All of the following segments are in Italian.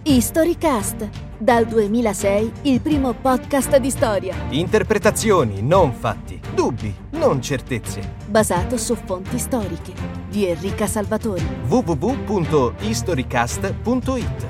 Historycast, dal 2006 il primo podcast di storia. Interpretazioni, non fatti. Dubbi, non certezze. Basato su fonti storiche. Di Enrica Salvatori. www.historycast.it.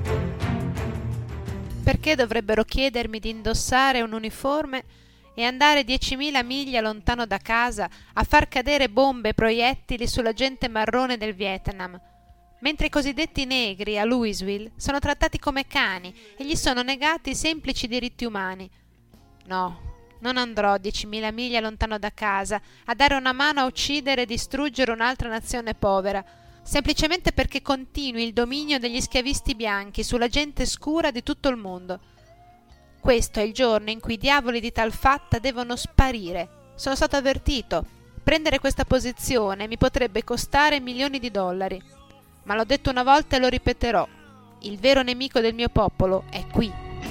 Perché dovrebbero chiedermi di indossare un uniforme e andare 10.000 miglia lontano da casa a far cadere bombe e proiettili sulla gente marrone del Vietnam, mentre i cosiddetti negri a Louisville sono trattati come cani e gli sono negati i semplici diritti umani? No, non andrò 10.000 miglia lontano da casa a dare una mano a uccidere e distruggere un'altra nazione povera, semplicemente perché continui il dominio degli schiavisti bianchi sulla gente scura di tutto il mondo. Questo è il giorno in cui i diavoli di tal fatta devono sparire. Sono stato avvertito. Prendere questa posizione mi potrebbe costare milioni di dollari. Ma l'ho detto una volta e lo ripeterò. Il vero nemico del mio popolo è qui.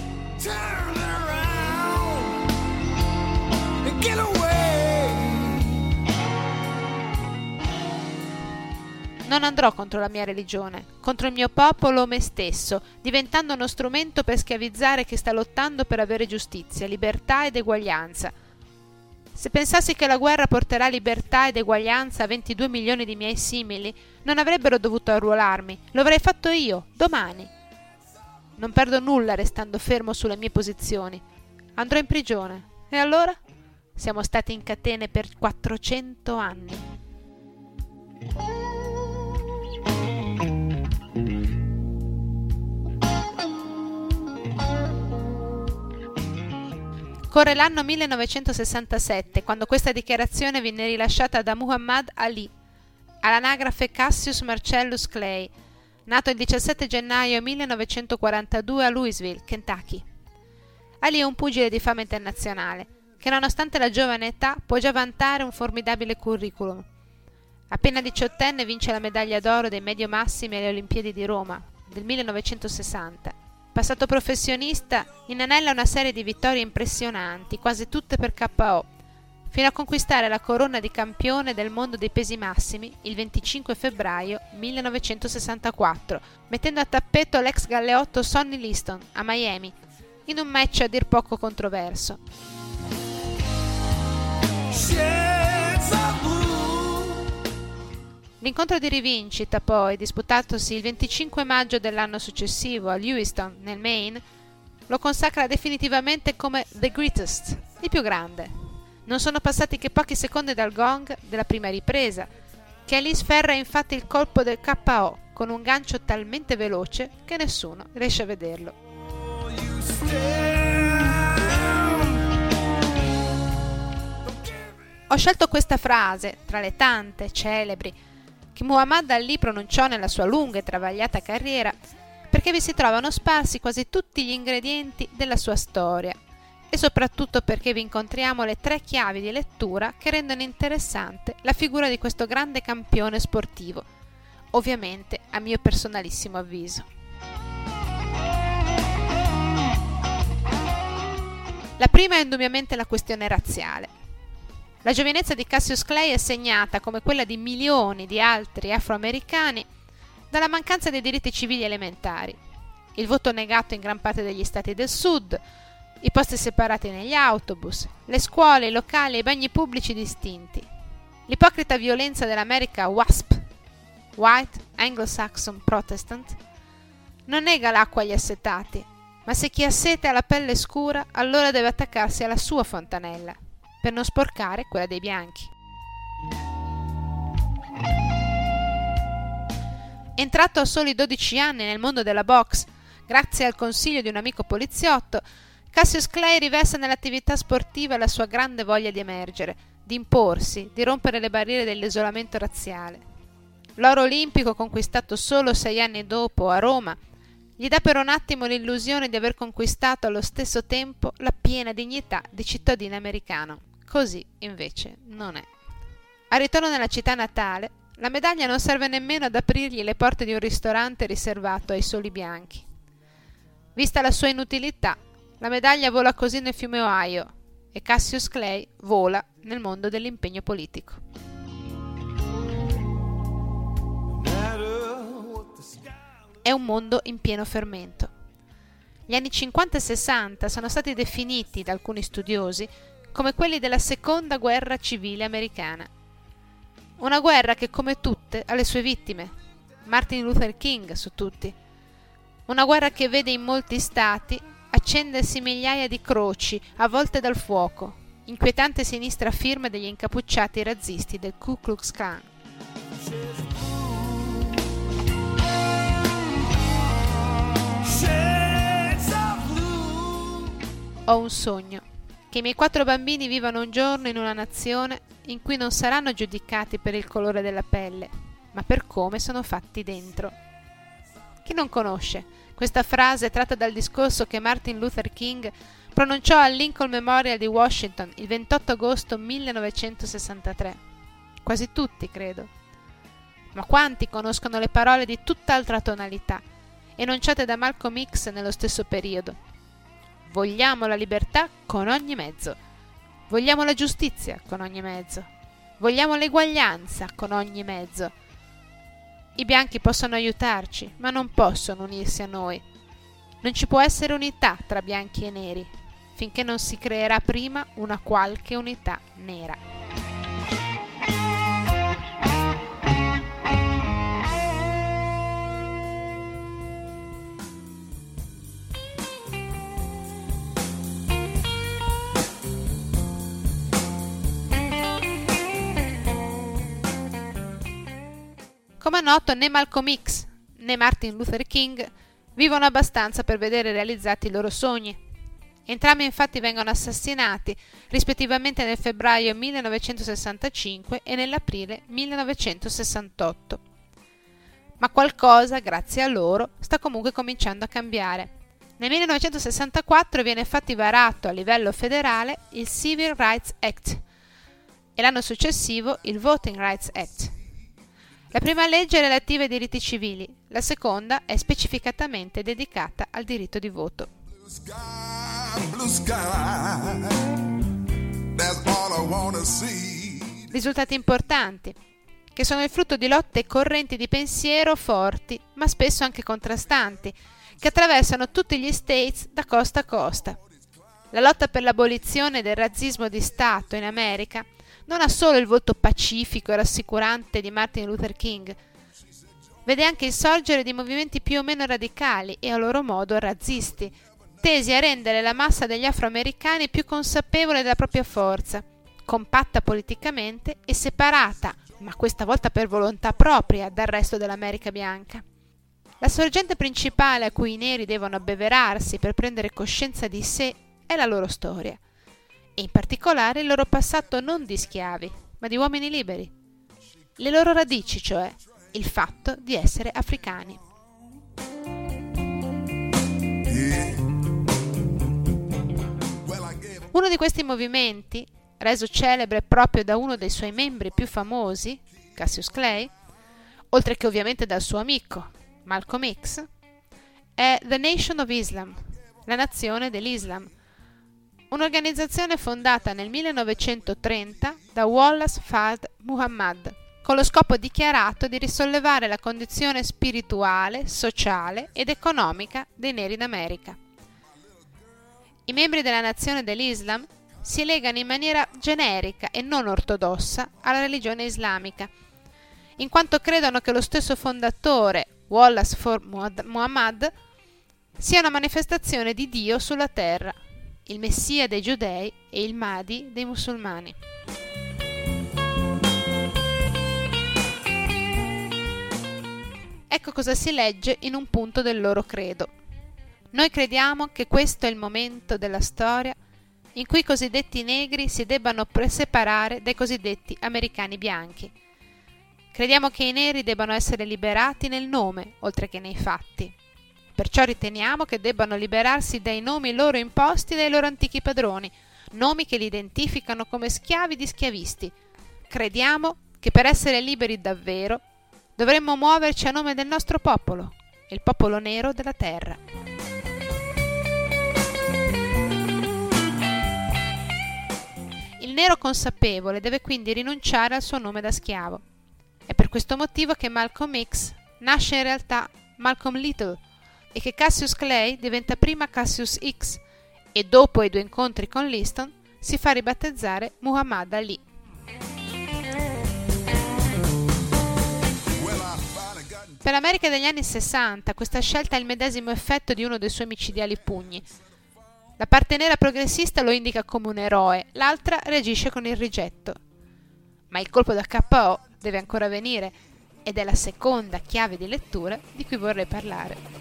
Non andrò contro la mia religione, contro il mio popolo o me stesso, diventando uno strumento per schiavizzare chi sta lottando per avere giustizia, libertà ed eguaglianza. Se pensassi che la guerra porterà libertà ed eguaglianza a 22 milioni di miei simili, non avrebbero dovuto arruolarmi. Lo avrei fatto io, domani. Non perdo nulla restando fermo sulle mie posizioni. Andrò in prigione. E allora? Siamo stati in catene per 400 anni. Corre l'anno 1967, quando questa dichiarazione viene rilasciata da Muhammad Ali, all'anagrafe Cassius Marcellus Clay, nato il 17 gennaio 1942 a Louisville, Kentucky. Ali è un pugile di fama internazionale, che nonostante la giovane età può già vantare un formidabile curriculum. Appena diciottenne vince la medaglia d'oro dei medio massimi alle Olimpiadi di Roma, del 1960. Passato professionista, inanella una serie di vittorie impressionanti, quasi tutte per KO, fino a conquistare la corona di campione del mondo dei pesi massimi il 25 febbraio 1964, mettendo a tappeto l'ex galeotto Sonny Liston a Miami, in un match a dir poco controverso. L'incontro di rivincita, poi, disputatosi il 25 maggio dell'anno successivo a Lewiston, nel Maine, lo consacra definitivamente come The Greatest, il più grande. Non sono passati che pochi secondi dal gong della prima ripresa, che Ali sferra infatti il colpo del KO con un gancio talmente veloce che nessuno riesce a vederlo. Ho scelto questa frase, tra le tante celebri, che Muhammad Ali pronunciò nella sua lunga e travagliata carriera, perché vi si trovano sparsi quasi tutti gli ingredienti della sua storia e soprattutto perché vi incontriamo le 3 chiavi di lettura che rendono interessante la figura di questo grande campione sportivo, ovviamente a mio personalissimo avviso. La prima è indubbiamente la questione razziale. La giovinezza di Cassius Clay è segnata, come quella di milioni di altri afroamericani, dalla mancanza dei diritti civili elementari, il voto negato in gran parte degli stati del sud, i posti separati negli autobus, le scuole, i locali e i bagni pubblici distinti, l'ipocrita violenza dell'America WASP, White Anglo-Saxon Protestant, non nega l'acqua agli assetati, ma se chi ha sete ha la pelle scura, allora deve attaccarsi alla sua fontanella, per non sporcare quella dei bianchi. Entrato a soli 12 anni nel mondo della boxe, grazie al consiglio di un amico poliziotto, Cassius Clay riveste nell'attività sportiva la sua grande voglia di emergere, di imporsi, di rompere le barriere dell'isolamento razziale. L'oro olimpico, conquistato solo 6 anni dopo a Roma, gli dà per un attimo l'illusione di aver conquistato allo stesso tempo la piena dignità di cittadino americano. Così, invece, non è. Al ritorno nella città natale, la medaglia non serve nemmeno ad aprirgli le porte di un ristorante riservato ai soli bianchi. Vista la sua inutilità, la medaglia vola così nel fiume Ohio e Cassius Clay vola nel mondo dell'impegno politico. è un mondo in pieno fermento. Gli anni 50 e 60 sono stati definiti da alcuni studiosi come quelli della seconda guerra civile americana. Una guerra che, come tutte, ha le sue vittime. Martin Luther King su tutti. Una guerra che vede in molti stati accendersi migliaia di croci avvolte dal fuoco, inquietante sinistra firma degli incappucciati razzisti del Ku Klux Klan. Ho un sogno, che i miei 4 bambini vivano un giorno in una nazione in cui non saranno giudicati per il colore della pelle, ma per come sono fatti dentro. Chi non conosce questa frase tratta dal discorso che Martin Luther King pronunciò al Lincoln Memorial di Washington il 28 agosto 1963? Quasi tutti, credo. Ma quanti conoscono le parole di tutt'altra tonalità, enunciate da Malcolm X nello stesso periodo? Vogliamo la libertà con ogni mezzo. Vogliamo la giustizia con ogni mezzo. Vogliamo l'eguaglianza con ogni mezzo. I bianchi possono aiutarci, ma non possono unirsi a noi. Non ci può essere unità tra bianchi e neri, finché non si creerà prima una qualche unità nera. Come è noto, né Malcolm X né Martin Luther King vivono abbastanza per vedere realizzati i loro sogni. Entrambi infatti vengono assassinati rispettivamente nel febbraio 1965 e nell'aprile 1968. Ma qualcosa, grazie a loro, sta comunque cominciando a cambiare. Nel 1964 viene infatti varato a livello federale il Civil Rights Act e l'anno successivo il Voting Rights Act. La prima legge è relativa ai diritti civili, la seconda è specificatamente dedicata al diritto di voto. Risultati importanti, che sono il frutto di lotte e correnti di pensiero forti, ma spesso anche contrastanti, che attraversano tutti gli States da costa a costa. La lotta per l'abolizione del razzismo di Stato in America non ha solo il volto pacifico e rassicurante di Martin Luther King, vede anche il sorgere di movimenti più o meno radicali e a loro modo razzisti, tesi a rendere la massa degli afroamericani più consapevole della propria forza, compatta politicamente e separata, ma questa volta per volontà propria, dal resto dell'America bianca. La sorgente principale a cui i neri devono abbeverarsi per prendere coscienza di sé è la loro storia, e in particolare il loro passato non di schiavi, ma di uomini liberi. Le loro radici, cioè, il fatto di essere africani. Uno di questi movimenti, reso celebre proprio da uno dei suoi membri più famosi, Cassius Clay, oltre che ovviamente dal suo amico, Malcolm X, è The Nation of Islam, la nazione dell'Islam, un'organizzazione fondata nel 1930 da Wallace Fard Muhammad, con lo scopo dichiarato di risollevare la condizione spirituale, sociale ed economica dei neri in America. I membri della nazione dell'Islam si legano in maniera generica e non ortodossa alla religione islamica, in quanto credono che lo stesso fondatore, Wallace Fard Muhammad, sia una manifestazione di Dio sulla terra, il Messia dei Giudei e il Mahdi dei musulmani. Ecco cosa si legge in un punto del loro credo. Noi crediamo che questo è il momento della storia in cui i cosiddetti negri si debbano separare dai cosiddetti americani bianchi. Crediamo che i neri debbano essere liberati nel nome, oltre che nei fatti. Perciò riteniamo che debbano liberarsi dai nomi loro imposti dai loro antichi padroni, nomi che li identificano come schiavi di schiavisti. Crediamo che per essere liberi davvero dovremmo muoverci a nome del nostro popolo, il popolo nero della terra. Il nero consapevole deve quindi rinunciare al suo nome da schiavo. È per questo motivo che Malcolm X nasce in realtà Malcolm Little e che Cassius Clay diventa prima Cassius X e dopo i 2 incontri con Liston si fa ribattezzare Muhammad Ali. Per l'America degli anni 60 questa scelta ha il medesimo effetto di uno dei suoi micidiali pugni. La parte nera progressista lo indica come un eroe, l'altra reagisce con il rigetto. Ma il colpo da KO deve ancora venire ed è la seconda chiave di lettura di cui vorrei parlare.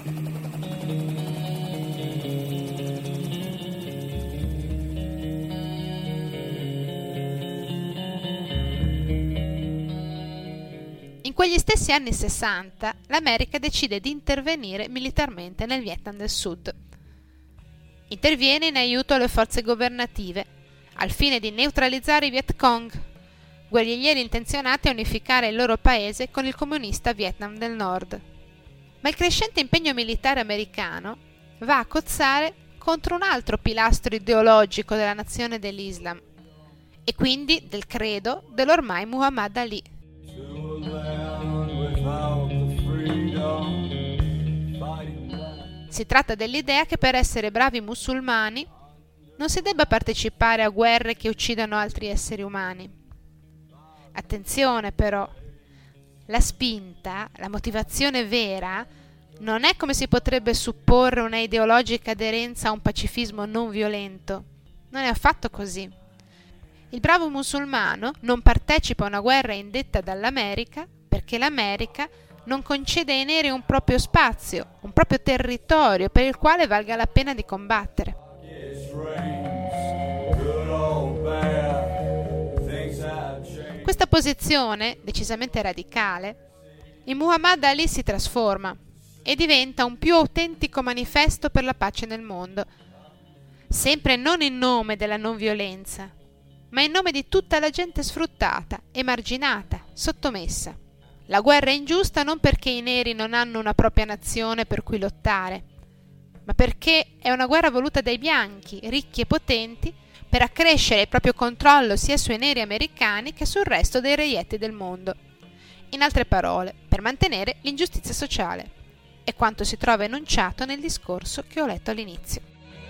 In quegli stessi anni 60 l'America decide di intervenire militarmente nel Vietnam del Sud. Interviene in aiuto alle forze governative, al fine di neutralizzare i Viet Cong, guerriglieri intenzionati a unificare il loro paese con il comunista Vietnam del Nord. Ma il crescente impegno militare americano va a cozzare contro un altro pilastro ideologico della nazione dell'Islam, e quindi del credo dell'ormai Muhammad Ali. Si tratta dell'idea che per essere bravi musulmani non si debba partecipare a guerre che uccidano altri esseri umani. Attenzione però, la spinta, la motivazione vera, non è come si potrebbe supporre una ideologica aderenza a un pacifismo non violento. Non è affatto così. Il bravo musulmano non partecipa a una guerra indetta dall'America perché l'America non concede ai neri un proprio spazio, un proprio territorio per il quale valga la pena di combattere. Questa posizione, decisamente radicale, in Muhammad Ali si trasforma e diventa un più autentico manifesto per la pace nel mondo, sempre non in nome della non violenza, ma in nome di tutta la gente sfruttata, emarginata, sottomessa. La guerra è ingiusta non perché i neri non hanno una propria nazione per cui lottare, ma perché è una guerra voluta dai bianchi, ricchi e potenti, per accrescere il proprio controllo sia sui neri americani che sul resto dei reietti del mondo. In altre parole, per mantenere l'ingiustizia sociale. È quanto si trova enunciato nel discorso che ho letto all'inizio.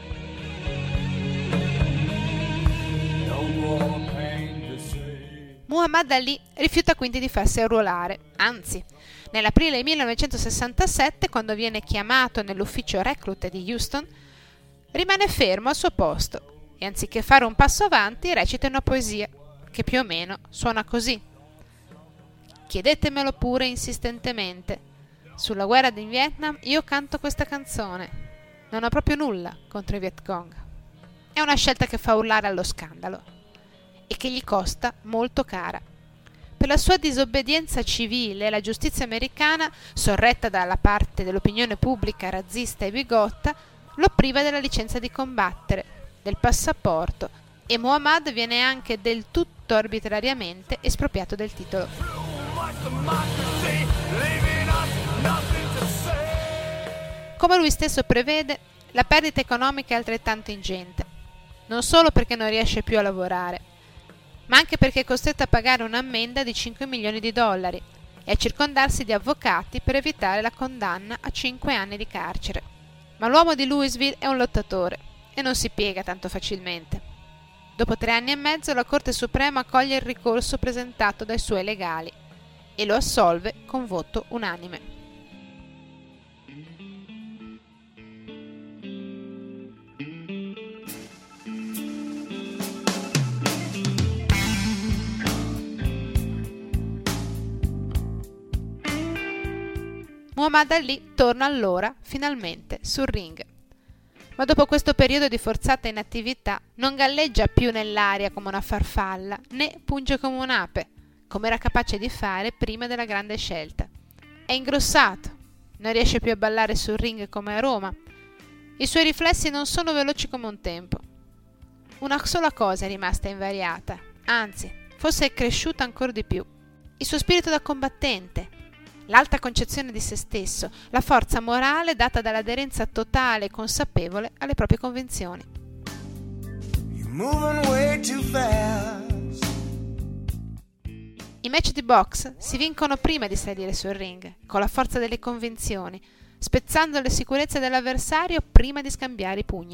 Muhammad Ali rifiuta quindi di farsi arruolare, anzi, nell'aprile 1967, quando viene chiamato nell'ufficio reclute di Houston, rimane fermo al suo posto e anziché fare un passo avanti recita una poesia, che più o meno suona così. Chiedetemelo pure insistentemente. Sulla guerra di Vietnam io canto questa canzone. Non ho proprio nulla contro i Viet Cong. È una scelta che fa urlare allo scandalo e che gli costa molto cara. Per la sua disobbedienza civile, la giustizia americana, sorretta dalla parte dell'opinione pubblica razzista e bigotta, lo priva della licenza di combattere, del passaporto, e Muhammad viene anche del tutto arbitrariamente espropriato del titolo. Come lui stesso prevede, la perdita economica è altrettanto ingente, non solo perché non riesce più a lavorare, ma anche perché è costretto a pagare un'ammenda di $5 milioni e a circondarsi di avvocati per evitare la condanna a 5 anni di carcere. Ma l'uomo di Louisville è un lottatore e non si piega tanto facilmente. Dopo 3 anni e mezzo la Corte Suprema accoglie il ricorso presentato dai suoi legali e lo assolve con voto unanime. Muhammad Ali torna allora, finalmente, sul ring. Ma dopo questo periodo di forzata inattività non galleggia più nell'aria come una farfalla, né punge come un'ape, come era capace di fare prima della grande scelta. È ingrossato, non riesce più a ballare sul ring come a Roma. I suoi riflessi non sono veloci come un tempo. Una sola cosa è rimasta invariata, anzi, forse è cresciuta ancora di più. Il suo spirito da combattente, l'alta concezione di se stesso, la forza morale data dall'aderenza totale e consapevole alle proprie convinzioni. I match di box si vincono prima di salire sul ring, con la forza delle convinzioni, spezzando le sicurezze dell'avversario prima di scambiare i pugni.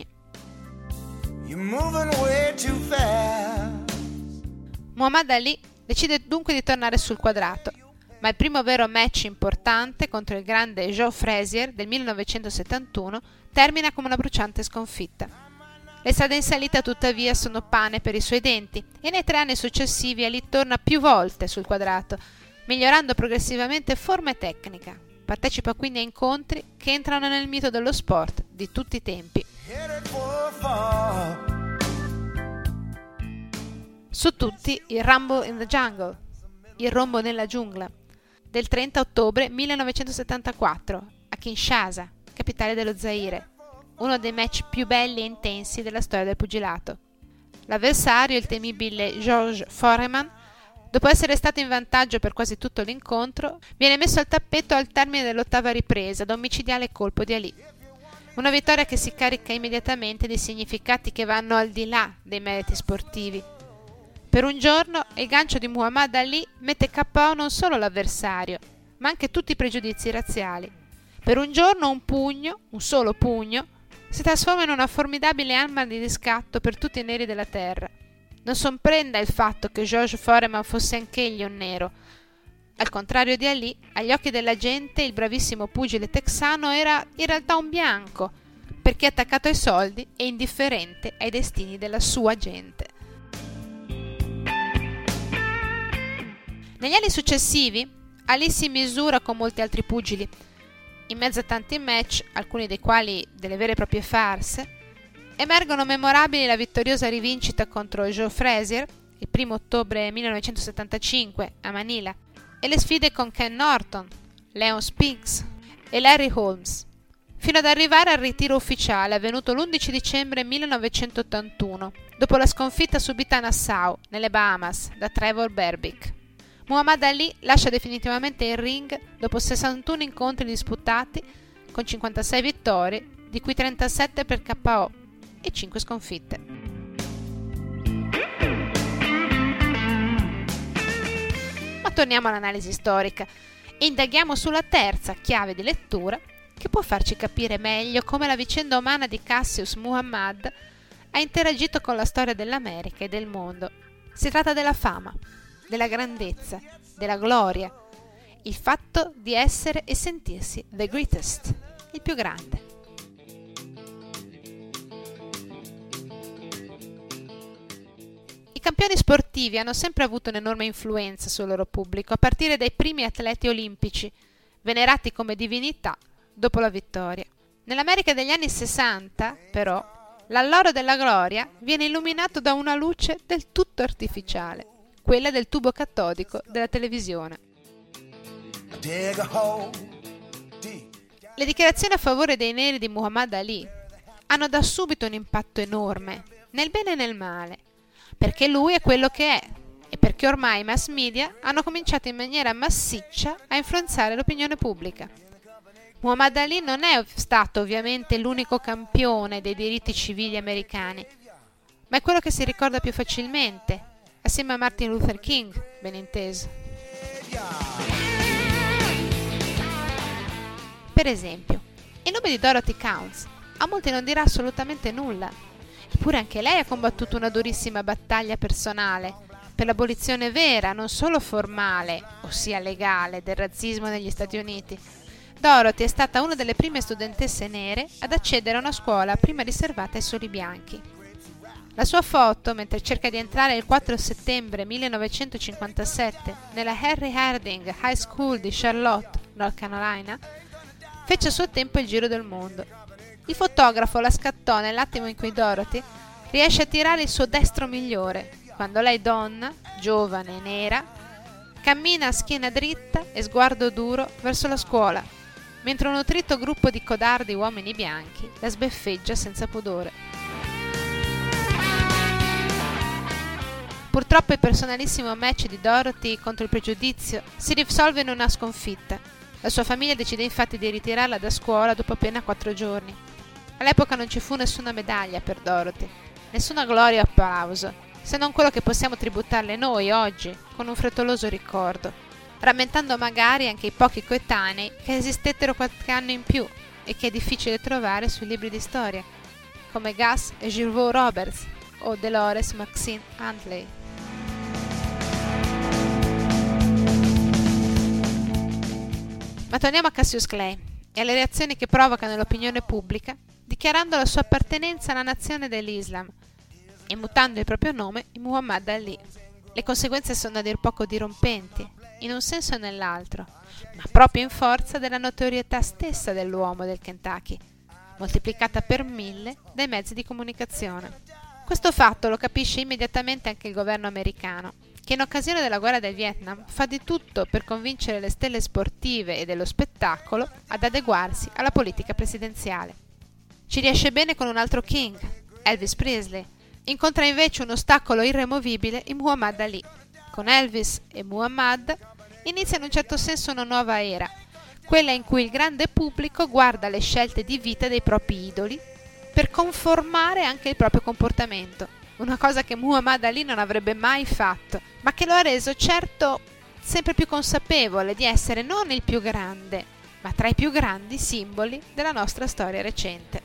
Muhammad Ali decide dunque di tornare sul quadrato, ma il primo vero match importante contro il grande Joe Frazier del 1971 termina come una bruciante sconfitta. Le strade in salita tuttavia sono pane per i suoi denti e nei 3 anni successivi Ali torna più volte sul quadrato, migliorando progressivamente forma e tecnica. Partecipa quindi a incontri che entrano nel mito dello sport di tutti i tempi. Su tutti il Rumble in the Jungle, il rombo nella giungla, del 30 ottobre 1974 a Kinshasa, capitale dello Zaire, uno dei match più belli e intensi della storia del pugilato. L'avversario, il temibile George Foreman, dopo essere stato in vantaggio per quasi tutto l'incontro, viene messo al tappeto al termine dell'8ª ripresa da un micidiale colpo di Ali. Una vittoria che si carica immediatamente dei significati che vanno al di là dei meriti sportivi. Per un giorno il gancio di Muhammad Ali mette KO non solo l'avversario, ma anche tutti i pregiudizi razziali. Per un giorno un solo pugno, si trasforma in una formidabile arma di riscatto per tutti i neri della terra. Non sorprenda il fatto che George Foreman fosse anch'egli un nero. Al contrario di Ali, agli occhi della gente il bravissimo pugile texano era in realtà un bianco, perché attaccato ai soldi e indifferente ai destini della sua gente. Negli anni successivi, Ali si misura con molti altri pugili. In mezzo a tanti match, alcuni dei quali delle vere e proprie farse, emergono memorabili la vittoriosa rivincita contro Joe Frazier, il 1 ottobre 1975 a Manila, e le sfide con Ken Norton, Leon Spinks e Larry Holmes, fino ad arrivare al ritiro ufficiale avvenuto l'11 dicembre 1981, dopo la sconfitta subita a Nassau, nelle Bahamas, da Trevor Berbick. Muhammad Ali lascia definitivamente il ring dopo 61 incontri disputati, con 56 vittorie, di cui 37 per KO e 5 sconfitte. Ma torniamo all'analisi storica e indaghiamo sulla terza chiave di lettura che può farci capire meglio come la vicenda umana di Cassius Muhammad ha interagito con la storia dell'America e del mondo. Si tratta della fama, della grandezza, della gloria, il fatto di essere e sentirsi the greatest, il più grande. I campioni sportivi hanno sempre avuto un'enorme influenza sul loro pubblico, a partire dai primi atleti olimpici, venerati come divinità dopo la vittoria. Nell'America degli anni 60, però, l'alloro della gloria viene illuminato da una luce del tutto artificiale, quella del tubo catodico della televisione. Le dichiarazioni a favore dei neri di Muhammad Ali hanno da subito un impatto enorme, nel bene e nel male, perché lui è quello che è e perché ormai i mass media hanno cominciato in maniera massiccia a influenzare l'opinione pubblica. Muhammad Ali non è stato ovviamente l'unico campione dei diritti civili americani, ma è quello che si ricorda più facilmente, assieme a Martin Luther King, ben inteso. Per esempio, il nome di Dorothy Counts a molti non dirà assolutamente nulla, eppure anche lei ha combattuto una durissima battaglia personale per l'abolizione vera, non solo formale, ossia legale, del razzismo negli Stati Uniti. Dorothy è stata una delle prime studentesse nere ad accedere a una scuola prima riservata ai soli bianchi. La sua foto, mentre cerca di entrare il 4 settembre 1957 nella Henry Harding High School di Charlotte, North Carolina, fece a suo tempo il giro del mondo. Il fotografo la scattò nell'attimo in cui Dorothy riesce a tirare il suo destro migliore, quando lei donna, giovane e nera, cammina a schiena dritta e sguardo duro verso la scuola, mentre un nutrito gruppo di codardi uomini bianchi la sbeffeggia senza pudore. Purtroppo il personalissimo match di Dorothy contro il pregiudizio si risolve in una sconfitta. La sua famiglia decide infatti di ritirarla da scuola dopo appena 4 giorni. All'epoca non ci fu nessuna medaglia per Dorothy, nessuna gloria o applauso. se non quello che possiamo tributarle noi oggi, con un frettoloso ricordo, rammentando magari anche i pochi coetanei che esistettero qualche anno in più e che è difficile trovare sui libri di storia, come Gus e Gilvaux Roberts o Dolores Maxine Huntley. Ma torniamo a Cassius Clay e alle reazioni che provoca nell'opinione pubblica, dichiarando la sua appartenenza alla nazione dell'Islam e mutando il proprio nome in Muhammad Ali. Le conseguenze sono a dir poco dirompenti, in un senso e nell'altro, ma proprio in forza della notorietà stessa dell'uomo del Kentucky, moltiplicata per 1000 dai mezzi di comunicazione. Questo fatto lo capisce immediatamente anche il governo americano, che in occasione della guerra del Vietnam fa di tutto per convincere le stelle sportive e dello spettacolo ad adeguarsi alla politica presidenziale. Ci riesce bene con un altro king, Elvis Presley. Incontra invece un ostacolo irremovibile in Muhammad Ali. Con Elvis e Muhammad inizia in un certo senso una nuova era, quella in cui il grande pubblico guarda le scelte di vita dei propri idoli per conformare anche il proprio comportamento, una cosa che Muhammad Ali non avrebbe mai fatto, ma che lo ha reso certo sempre più consapevole di essere non il più grande, ma tra i più grandi simboli della nostra storia recente.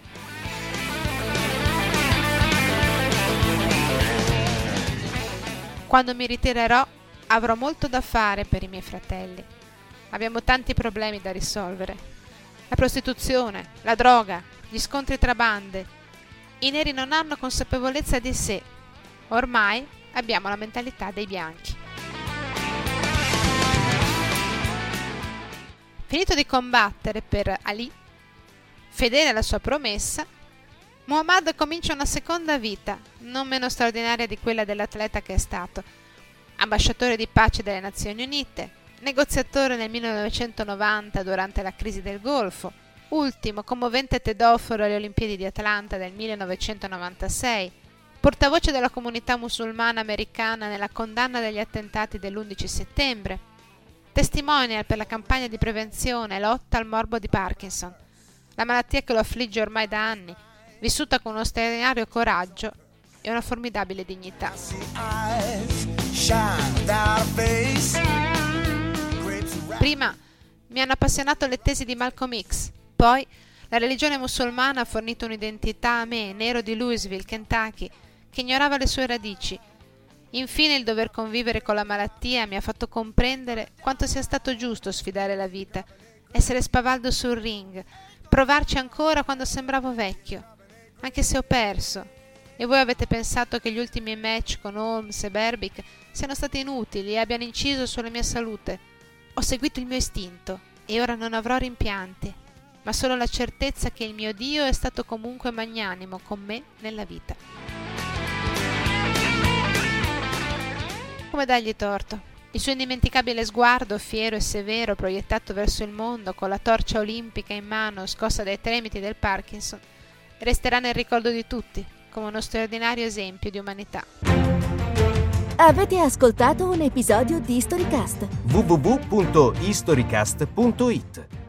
Quando mi ritirerò avrò molto da fare per i miei fratelli. Abbiamo tanti problemi da risolvere. La prostituzione, la droga, gli scontri tra bande. I neri non hanno consapevolezza di sé. Ormai abbiamo la mentalità dei bianchi. Finito di combattere per Ali, fedele alla sua promessa, Muhammad comincia una seconda vita, non meno straordinaria di quella dell'atleta che è stato. Ambasciatore di pace delle Nazioni Unite, negoziatore nel 1990 durante la crisi del Golfo, ultimo commovente tedoforo alle Olimpiadi di Atlanta del 1996, portavoce della comunità musulmana americana nella condanna degli attentati dell'11 settembre, testimonial per la campagna di prevenzione e lotta al morbo di Parkinson, la malattia che lo affligge ormai da anni, vissuta con uno straordinario coraggio e una formidabile dignità. Prima mi hanno appassionato le tesi di Malcolm X, poi la religione musulmana ha fornito un'identità a me, nero di Louisville, Kentucky, che ignorava le sue radici. Infine il dover convivere con la malattia mi ha fatto comprendere quanto sia stato giusto sfidare la vita, essere spavaldo sul ring, provarci ancora quando sembravo vecchio, anche se ho perso. E voi avete pensato che gli ultimi match con Holmes e Berbick siano stati inutili e abbiano inciso sulla mia salute. Ho seguito il mio istinto e ora non avrò rimpianti, ma solo la certezza che il mio Dio è stato comunque magnanimo con me nella vita. Come dargli torto? Il suo indimenticabile sguardo, fiero e severo, proiettato verso il mondo, con la torcia olimpica in mano, scossa dai tremiti del Parkinson, resterà nel ricordo di tutti, come uno straordinario esempio di umanità. Avete ascoltato un episodio di Historycast. www.historycast.it